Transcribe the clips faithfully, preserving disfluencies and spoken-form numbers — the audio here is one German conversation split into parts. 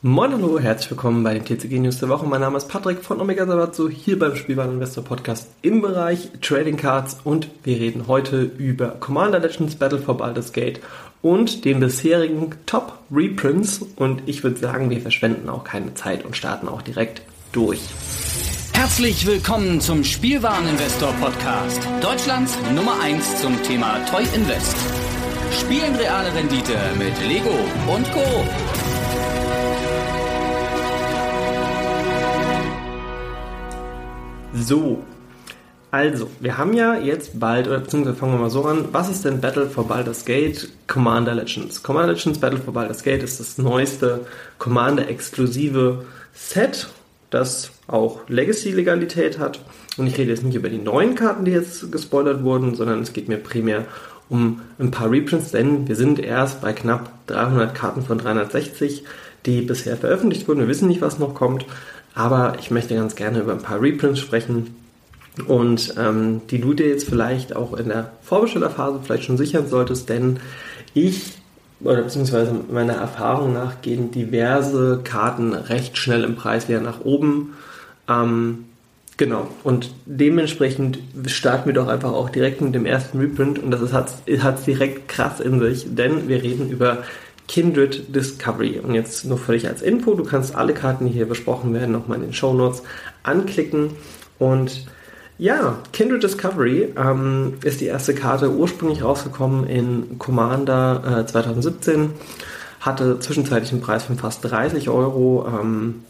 Moin hallo, herzlich willkommen bei den T C G News der Woche. Mein Name ist Patrick von Omega Sabatso, hier beim Spielwareninvestor Podcast im Bereich Trading Cards, und wir reden heute über Commander Legends Battle for Baldur's Gate und den bisherigen Top Reprints, und ich würde sagen, wir verschwenden auch keine Zeit und starten auch direkt durch. Herzlich willkommen zum Spielwareninvestor Podcast, Deutschlands Nummer eins zum Thema Toy Invest. Spielen reale Rendite mit Lego und Co. So, also, wir haben ja jetzt bald, oder beziehungsweise fangen wir mal so an, was ist denn Battle for Baldur's Gate? Commander Legends. Commander Legends Battle for Baldur's Gate ist das neueste Commander-exklusive Set, das auch Legacy-Legalität hat. Und ich rede jetzt nicht über die neuen Karten, die jetzt gespoilert wurden, sondern es geht mir primär um ein paar Reprints, denn wir sind erst bei knapp dreihundert Karten von dreihundertsechzig, die bisher veröffentlicht wurden. Wir wissen nicht, was noch kommt. Aber ich möchte ganz gerne über ein paar Reprints sprechen und ähm, die du dir jetzt vielleicht auch in der Vorbestellerphase vielleicht schon sichern solltest, denn ich, oder beziehungsweise meiner Erfahrung nach, gehen diverse Karten recht schnell im Preis wieder nach oben. Ähm, genau, und dementsprechend starten wir doch einfach auch direkt mit dem ersten Reprint, und das hat es direkt krass in sich, denn wir reden über Kindred Discovery. Und jetzt nur für dich als Info, du kannst alle Karten, die hier besprochen werden, nochmal in den Shownotes anklicken. Und ja, Kindred Discovery ähm, ist die erste Karte, ursprünglich rausgekommen in Commander äh, zwanzig siebzehn, hatte zwischenzeitlich einen Preis von fast dreißig Euro ähm,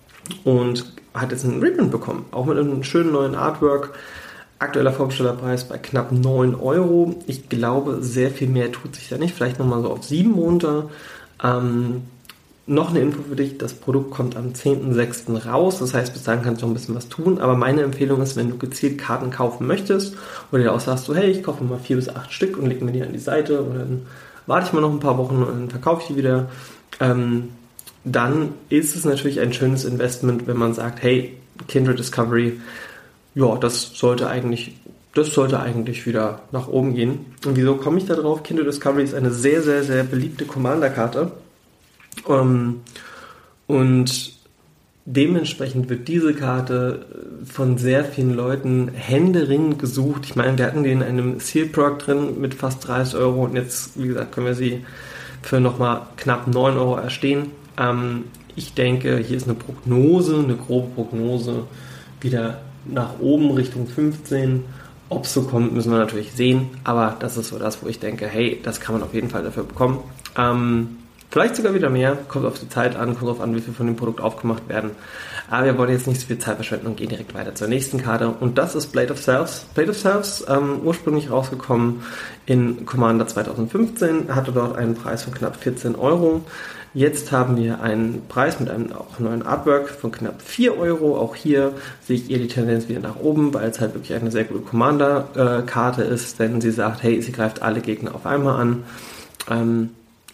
und hat jetzt einen Reprint bekommen, auch mit einem schönen neuen Artwork. Aktueller Vorbestellerpreis bei knapp neun Euro. Ich glaube, sehr viel mehr tut sich da nicht. Vielleicht nochmal so auf sieben runter. Ähm, noch eine Info für dich. Das Produkt kommt am zehnten sechsten raus. Das heißt, bis dahin kannst du noch ein bisschen was tun. Aber meine Empfehlung ist, wenn du gezielt Karten kaufen möchtest oder dir auch sagst, so, hey, ich kaufe mal vier bis acht Stück und lege mir die an die Seite und dann warte ich mal noch ein paar Wochen und dann verkaufe ich die wieder. Ähm, dann ist es natürlich ein schönes Investment, wenn man sagt, hey, Kindred Discovery, ja, das sollte eigentlich, das sollte eigentlich wieder nach oben gehen. Und wieso komme ich da drauf? Kindred Discovery ist eine sehr, sehr, sehr beliebte Commander-Karte. Ähm, und dementsprechend wird diese Karte von sehr vielen Leuten händeringend gesucht. Ich meine, wir hatten die in einem Sealed Product drin mit fast dreißig Euro, und jetzt, wie gesagt, können wir sie für nochmal knapp neun Euro erstehen. Ähm, ich denke, hier ist eine Prognose, eine grobe Prognose, wieder nach oben Richtung fünfzehn. Ob es so kommt, müssen wir natürlich sehen, aber das ist so das, wo ich denke, hey, das kann man auf jeden Fall dafür bekommen. Ähm, vielleicht sogar wieder mehr, kommt auf die Zeit an, kommt darauf an, wie viel von dem Produkt aufgemacht werden. Aber wir wollen jetzt nicht so viel Zeit verschwenden und gehen direkt weiter zur nächsten Karte, und das ist Blade of Selves. Blade of Selves, ähm, ursprünglich rausgekommen in Commander zwanzig fünfzehn, hatte dort einen Preis von knapp vierzehn Euro. Jetzt haben wir einen Preis mit einem auch neuen Artwork von knapp vier Euro. Auch hier sehe ich eher die Tendenz wieder nach oben, weil es halt wirklich eine sehr gute Commander-Karte ist, denn sie sagt, hey, sie greift alle Gegner auf einmal an. Ähm,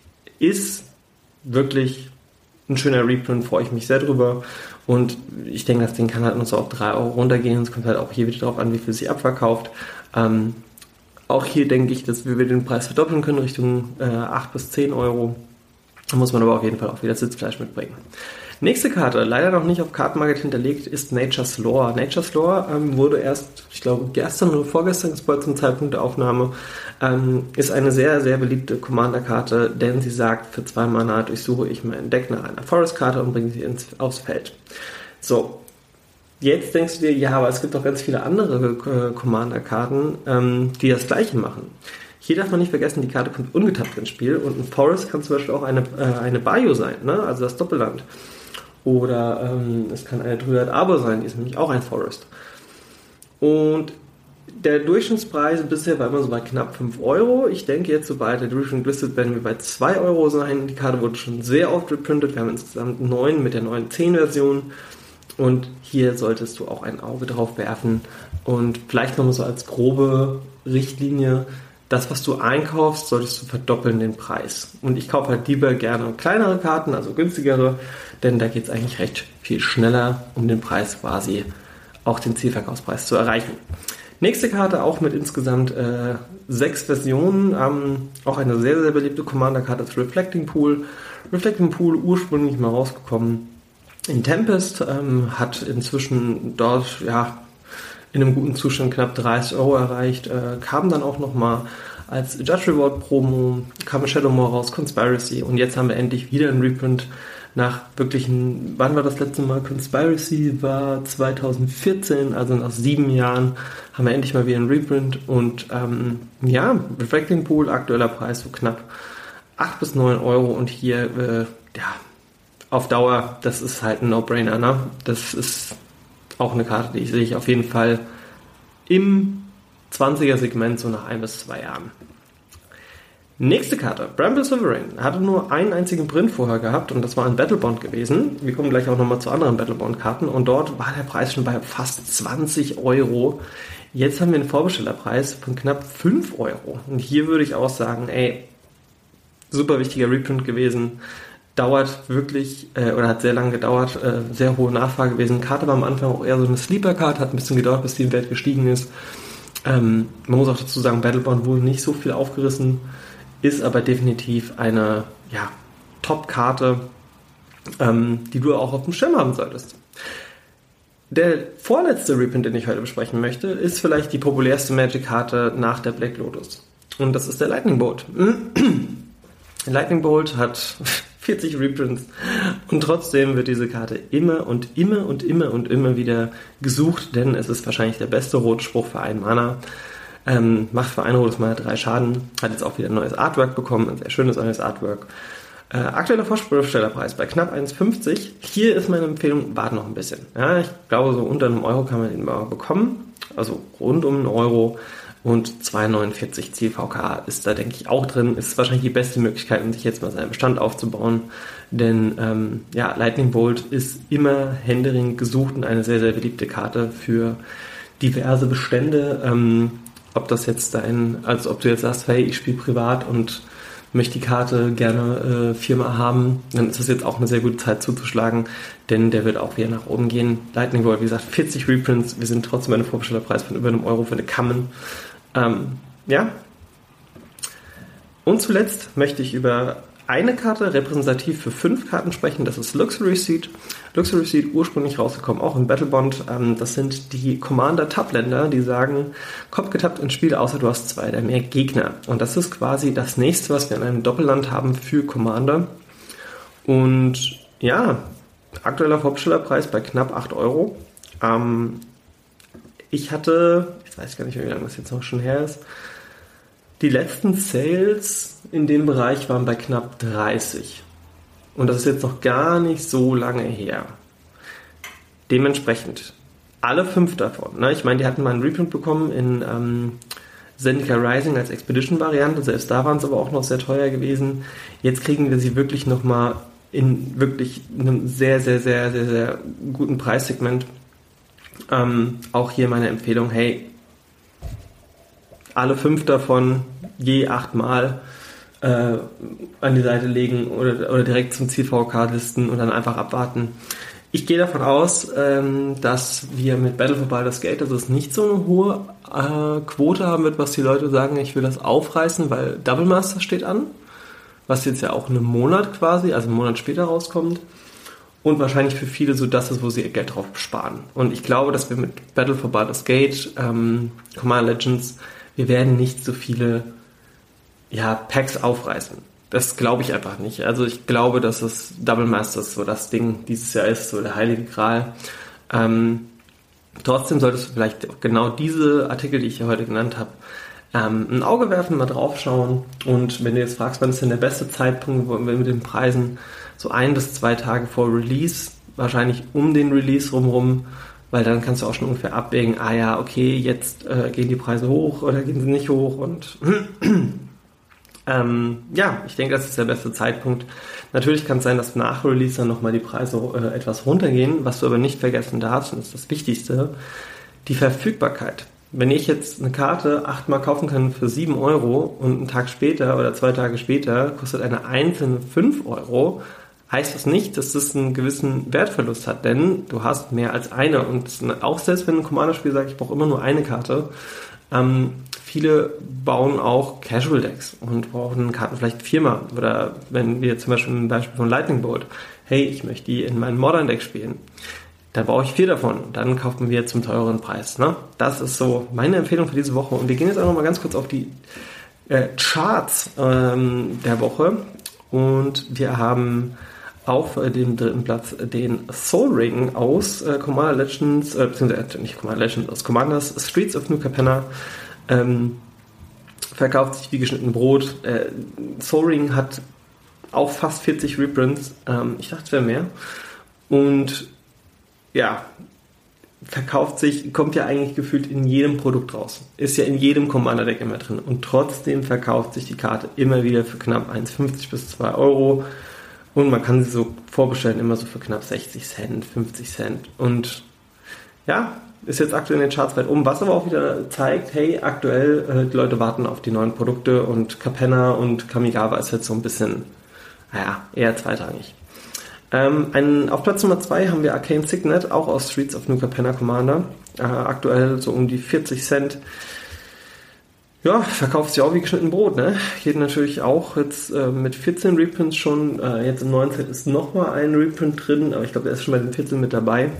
ist wirklich ein schöner Reprint, freue ich mich sehr drüber. Und ich denke, das Ding kann halt uns auf drei Euro runtergehen. Es kommt halt auch hier wieder darauf an, wie viel sie abverkauft. Ähm, auch hier denke ich, dass wir den Preis verdoppeln können, Richtung äh, acht bis zehn Euro. Da muss man aber auf jeden Fall auch wieder Sitzfleisch mitbringen. Nächste Karte, leider noch nicht auf Kartenmarket hinterlegt, ist Nature's Lore. Nature's Lore ähm, wurde erst, ich glaube, gestern oder vorgestern gespoilt zum Zeitpunkt der Aufnahme. Ähm, ist eine sehr, sehr beliebte Commander-Karte, denn sie sagt, für zwei Mana durchsuche ich mein Deck nach einer Forest-Karte und bringe sie ins, aufs Feld. So, jetzt denkst du dir, ja, aber es gibt doch ganz viele andere äh, Commander-Karten, ähm, die das Gleiche machen. Hier darf man nicht vergessen, die Karte kommt ungetappt ins Spiel, und ein Forest kann zum Beispiel auch eine, äh, eine Bayou sein, ne? Also das Doppelland. Oder ähm, es kann eine Dryad Arbor sein, die ist nämlich auch ein Forest. Und der Durchschnittspreis bisher war immer so bei knapp fünf Euro. Ich denke jetzt, sobald der Durchschnitt listet, werden wir bei zwei Euro sein. Die Karte wurde schon sehr oft reprintet. Wir haben insgesamt neun mit der neuen zehn-Version. Und hier solltest du auch ein Auge drauf werfen. Und vielleicht nochmal so als grobe Richtlinie: Das, was du einkaufst, solltest du verdoppeln den Preis. Und ich kaufe halt lieber gerne kleinere Karten, also günstigere, denn da geht es eigentlich recht viel schneller, um den Preis quasi auch den Zielverkaufspreis zu erreichen. Nächste Karte auch mit insgesamt äh, sechs Versionen, ähm, auch eine sehr, sehr beliebte Commander-Karte, das Reflecting Pool. Reflecting Pool ursprünglich mal rausgekommen in Tempest, ähm, hat inzwischen dort ja in einem guten Zustand knapp dreißig Euro erreicht, äh, kam dann auch nochmal als Judge Reward Promo, kam Shadowmoor raus, Conspiracy und jetzt haben wir endlich wieder einen Reprint nach wirklichen, wann war das letzte Mal? Conspiracy war zwanzig vierzehn, also nach sieben Jahren haben wir endlich mal wieder einen Reprint und ähm, ja, Reflecting Pool, aktueller Preis so knapp acht bis neun Euro und hier, äh, ja, auf Dauer, das ist halt ein No-Brainer, ne? Das ist auch eine Karte, die ich sehe ich auf jeden Fall im zwanziger-Segment so nach ein bis zwei Jahren. Nächste Karte, Bramble Sovereign, hatte nur einen einzigen Print vorher gehabt und das war ein Battlebond gewesen. Wir kommen gleich auch nochmal zu anderen Battlebond-Karten und dort war der Preis schon bei fast zwanzig Euro. Jetzt haben wir einen Vorbestellerpreis von knapp fünf Euro und hier würde ich auch sagen, ey, super wichtiger Reprint gewesen. Dauert wirklich, äh, oder hat sehr lange gedauert, äh, sehr hohe Nachfrage gewesen. Karte war am Anfang auch eher so eine Sleeper-Karte, hat ein bisschen gedauert, bis die im Wert gestiegen ist. Ähm, man muss auch dazu sagen, Battlebond wurde nicht so viel aufgerissen, ist aber definitiv eine ja, Top-Karte, ähm, die du auch auf dem Schirm haben solltest. Der vorletzte Reprint, den ich heute besprechen möchte, ist vielleicht die populärste Magic-Karte nach der Black Lotus. Und das ist der Lightning Bolt. Lightning Bolt hat vierzig Reprints und trotzdem wird diese Karte immer und immer und immer und immer wieder gesucht, denn es ist wahrscheinlich der beste Rotspruch für einen Mana. Ähm, macht für ein rotes Mana drei Schaden, hat jetzt auch wieder ein neues Artwork bekommen, ein sehr schönes neues Artwork. Äh, aktueller Vorstellerpreis bei knapp eins fünfzig. Hier ist meine Empfehlung, warte noch ein bisschen. Ja, ich glaube, so unter einem Euro kann man den mal bekommen, also rund um einen Euro. Und zwei neunundvierzig C V K ist da, denke ich, auch drin. Ist wahrscheinlich die beste Möglichkeit, um sich jetzt mal seinen Bestand aufzubauen. Denn ähm, ja, Lightning Bolt ist immer händeringend gesucht und eine sehr, sehr beliebte Karte für diverse Bestände. Ähm, ob das jetzt dein, also ob du jetzt sagst, hey, ich spiele privat und möchte die Karte gerne äh, viermal haben, dann ist das jetzt auch eine sehr gute Zeit zuzuschlagen, denn der wird auch wieder nach oben gehen. Lightning Bolt, wie gesagt, vierzig Reprints, wir sind trotzdem bei einem Vorbestellerpreis von über einem Euro für eine Common. Ähm, ja. Und zuletzt möchte ich über eine Karte repräsentativ für fünf Karten sprechen, das ist Luxury Seed. Luxury Seed ursprünglich rausgekommen, auch in Battlebond. Ähm, das sind die Commander-Tab-Länder, die sagen, kommt getappt ins Spiel, außer du hast zwei oder mehr Gegner. Und das ist quasi das nächste, was wir in einem Doppelland haben für Commander. Und ja, aktueller Vorbestellerpreis bei knapp acht Euro. Ähm, ich hatte, ich weiß gar nicht mehr, wie lange das jetzt noch schon her ist, die letzten Sales in dem Bereich waren bei knapp dreißig. Und das ist jetzt noch gar nicht so lange her. Dementsprechend, alle fünf davon, ne? Ich meine, die hatten mal einen Reprint bekommen in ähm, Zendika Rising als Expedition-Variante, selbst da waren es aber auch noch sehr teuer gewesen. Jetzt kriegen wir sie wirklich nochmal in wirklich einem sehr, sehr, sehr, sehr, sehr guten Preissegment. Ähm, auch hier meine Empfehlung, hey, alle fünf davon je achtmal äh, an die Seite legen oder, oder direkt zum C V K listen und dann einfach abwarten. Ich gehe davon aus, ähm, dass wir mit Battle for Baldur's Gate, dass es nicht so eine hohe äh, Quote haben wird, was die Leute sagen, ich will das aufreißen, weil Double Master steht an, was jetzt ja auch einen Monat quasi, also einen Monat später rauskommt. Und wahrscheinlich für viele so das ist, wo sie ihr Geld drauf sparen. Und ich glaube, dass wir mit Battle for Baldur's Gate, ähm, Commander Legends, wir werden nicht so viele ja, Packs aufreißen. Das glaube ich einfach nicht. Also ich glaube, dass das Double Masters so das Ding dieses Jahr ist, so der heilige Gral. Ähm, trotzdem solltest du vielleicht auch genau diese Artikel, die ich hier heute genannt habe, ähm, ein Auge werfen, mal drauf schauen. Und wenn du jetzt fragst, wann ist denn der beste Zeitpunkt, wo wir mit den Preisen so ein bis zwei Tage vor Release, wahrscheinlich um den Release rumrum, weil dann kannst du auch schon ungefähr abwägen, ah ja, okay, jetzt äh, gehen die Preise hoch oder gehen sie nicht hoch und ähm, ja, ich denke, das ist der beste Zeitpunkt. Natürlich kann es sein, dass nach Release dann nochmal die Preise äh, etwas runtergehen, was du aber nicht vergessen darfst, und das ist das Wichtigste, die Verfügbarkeit. Wenn ich jetzt eine Karte achtmal kaufen kann für sieben Euro und einen Tag später oder zwei Tage später kostet eine einzelne fünf Euro, heißt das nicht, dass das einen gewissen Wertverlust hat, denn du hast mehr als eine und auch selbst wenn ein Commander-Spiel sagt, ich brauche immer nur eine Karte, ähm, viele bauen auch Casual Decks und brauchen Karten vielleicht viermal. Oder wenn wir zum Beispiel ein Beispiel von Lightning Bolt, hey, ich möchte die in meinem Modern Deck spielen, dann brauche ich vier davon. Dann kaufen wir zum teureren Preis. Ne? Das ist so meine Empfehlung für diese Woche. Und wir gehen jetzt auch noch mal ganz kurz auf die äh, Charts ähm, der Woche. Und wir haben auf äh, dem dritten Platz den Sol Ring aus äh, Commander Legends, äh, beziehungsweise nicht Commander Legends, aus Commanders Streets of New Capenna. Ähm, verkauft sich wie geschnitten Brot. Äh, Sol Ring hat auch fast vierzig Reprints. Ähm, ich dachte, es wäre mehr. Und ja, verkauft sich, kommt ja eigentlich gefühlt in jedem Produkt raus. Ist ja in jedem Commander-Deck immer drin. Und trotzdem verkauft sich die Karte immer wieder für knapp eins Komma fünfzig bis zwei Euro. Und man kann sie so vorbestellen, immer so für knapp sechzig Cent, fünfzig Cent. Und ja, ist jetzt aktuell in den Charts weit oben, was aber auch wieder zeigt, hey, aktuell, äh, die Leute warten auf die neuen Produkte und Capenna und Kamigawa ist jetzt so ein bisschen, naja, eher zweitrangig. Ähm, ein, auf Platz Nummer zwei haben wir Arcane Signet, auch aus Streets of New Capenna Commander. Äh, aktuell so um die vierzig Cent. Ja, verkauft sich auch wie geschnitten Brot, ne? Geht natürlich auch jetzt äh, mit vierzehn Reprints schon. Äh, jetzt im neunzehn ist nochmal ein Reprint drin, aber ich glaube, der ist schon bei den vierzehn mit dabei.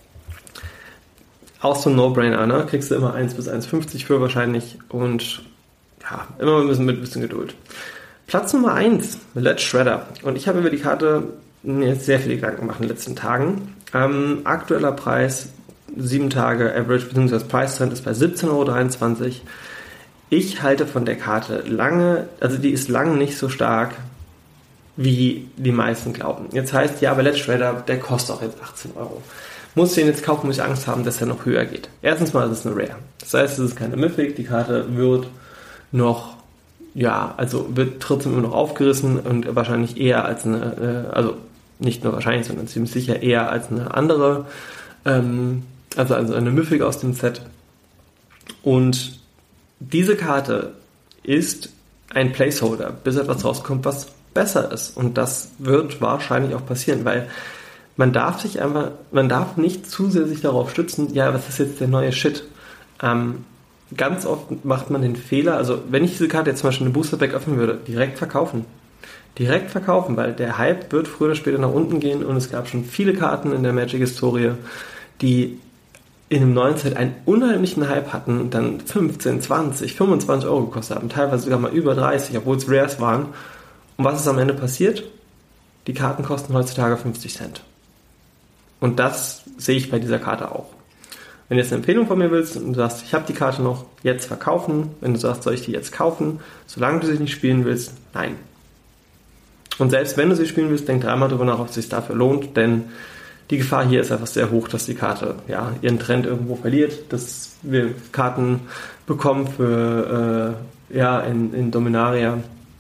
Auch so ein No-Brainer, ne? Kriegst du immer eins bis eins fünfzig für wahrscheinlich und ja, immer ein bisschen mit ein bisschen Geduld. Platz Nummer eins, Let's Shredder. Und ich habe über die Karte mir jetzt sehr viele Gedanken gemacht in den letzten Tagen. Ähm, aktueller Preis, sieben Tage Average bzw. Price Trend ist bei siebzehn Euro dreiundzwanzig. Ich halte von der Karte lange, also die ist lange nicht so stark, wie die meisten glauben. Jetzt heißt, ja, aber Let's Shredder, der kostet auch jetzt achtzehn Euro. Muss ich den jetzt kaufen, muss ich Angst haben, dass er noch höher geht. Erstens mal ist es eine Rare. Das heißt, es ist keine Mythic, die Karte wird noch, ja, also wird trotzdem immer noch aufgerissen und wahrscheinlich eher als eine, äh, also nicht nur wahrscheinlich, sondern ziemlich sicher eher als eine andere, ähm, also, also eine Mythic aus dem Set. Und diese Karte ist ein Placeholder, bis etwas rauskommt, was besser ist. Und das wird wahrscheinlich auch passieren, weil man darf sich einfach, man darf nicht zu sehr sich darauf stützen, ja, was ist jetzt der neue Shit? Ähm, ganz oft macht man den Fehler, also wenn ich diese Karte jetzt zum Beispiel in einem Booster-Pack öffnen würde, direkt verkaufen. Direkt verkaufen, weil der Hype wird früher oder später nach unten gehen und es gab schon viele Karten in der Magic-Historie, die in einem neuen Set einen unheimlichen Hype hatten und dann fünfzehn, zwanzig, fünfundzwanzig Euro gekostet haben, teilweise sogar mal über dreißig, obwohl es Rares waren. Und was ist am Ende passiert? Die Karten kosten heutzutage fünfzig Cent. Und das sehe ich bei dieser Karte auch. Wenn du jetzt eine Empfehlung von mir willst und du sagst, ich habe die Karte noch, jetzt verkaufen. Wenn du sagst, soll ich die jetzt kaufen? Solange du sie nicht spielen willst, nein. Und selbst wenn du sie spielen willst, denk dreimal darüber nach, ob es sich dafür lohnt, denn die Gefahr hier ist einfach sehr hoch, dass die Karte ja, ihren Trend irgendwo verliert, dass wir Karten bekommen für äh, ja, in, in Dominaria,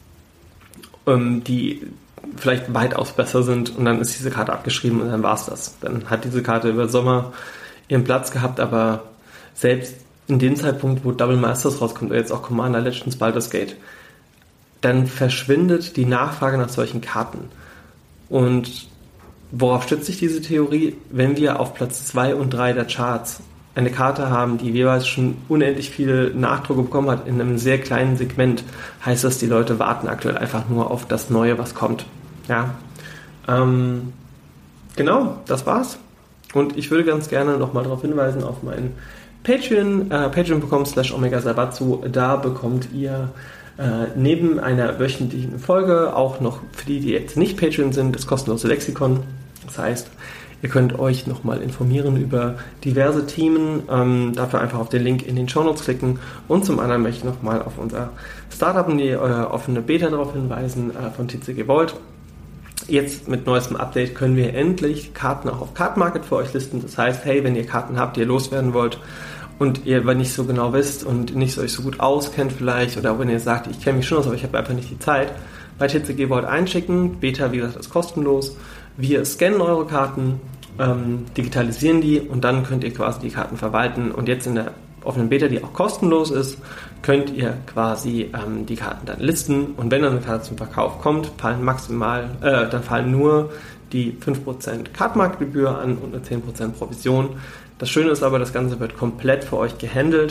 ähm, die vielleicht weitaus besser sind und dann ist diese Karte abgeschrieben und dann war es das. Dann hat diese Karte über Sommer ihren Platz gehabt, aber selbst in dem Zeitpunkt, wo Double Masters rauskommt oder jetzt auch Commander Legends Baldur's Gate, dann verschwindet die Nachfrage nach solchen Karten. Und worauf stützt sich diese Theorie? Wenn wir auf Platz zwei und drei der Charts eine Karte haben, die jeweils schon unendlich viele Nachdrucke bekommen hat in einem sehr kleinen Segment, heißt das, die Leute warten aktuell einfach nur auf das Neue, was kommt. Ja, ähm, genau, das war's. Und ich würde ganz gerne nochmal darauf hinweisen, auf meinen Patreon, äh, patreon punkt com slash omega sabatsu. Da bekommt ihr äh, neben einer wöchentlichen Folge auch noch, für die, die jetzt nicht Patreon sind, das kostenlose Lexikon. Das heißt, ihr könnt euch nochmal informieren über diverse Themen, ähm, dafür einfach auf den Link in den Shownotes klicken. Und zum anderen möchte ich nochmal auf unser Startup und die äh, offene Beta darauf hinweisen äh, von T C G Vault. Jetzt mit neuestem Update können wir endlich Karten auch auf Card Market für euch listen. Das heißt, hey, wenn ihr Karten habt, die ihr loswerden wollt und ihr aber nicht so genau wisst und nicht so euch so gut auskennt vielleicht, oder wenn ihr sagt, ich kenne mich schon aus, aber ich habe einfach nicht die Zeit, bei T C G Vault einschicken. Beta, wie gesagt, ist kostenlos. Wir scannen eure Karten, ähm, digitalisieren die und dann könnt ihr quasi die Karten verwalten. Und jetzt in der offenen Beta, die auch kostenlos ist, könnt ihr quasi ähm, die Karten dann listen. Und wenn dann eine Karte zum Verkauf kommt, fallen maximal, äh, dann fallen nur die fünf Prozent Cardmarktgebühr an und eine zehn Prozent Provision. Das Schöne ist aber, das Ganze wird komplett für euch gehandelt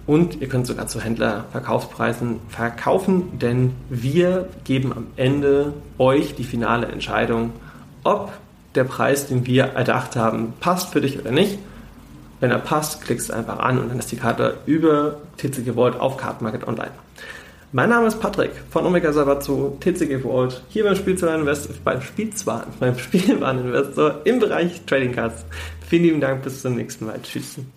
Und ihr könnt sogar zu Händlerverkaufspreisen verkaufen, denn wir geben am Ende euch die finale Entscheidung, ob der Preis, den wir erdacht haben, passt für dich oder nicht. Wenn er passt, klickst du einfach an und dann ist die Karte über T C G Vault auf Card Market Online. Mein Name ist Patrick von Omega Sabato, T C G Vault, hier beim Spielwareninvestor, beim Spielwareninvestor im Bereich Trading Cards. Vielen lieben Dank, bis zum nächsten Mal. Tschüss.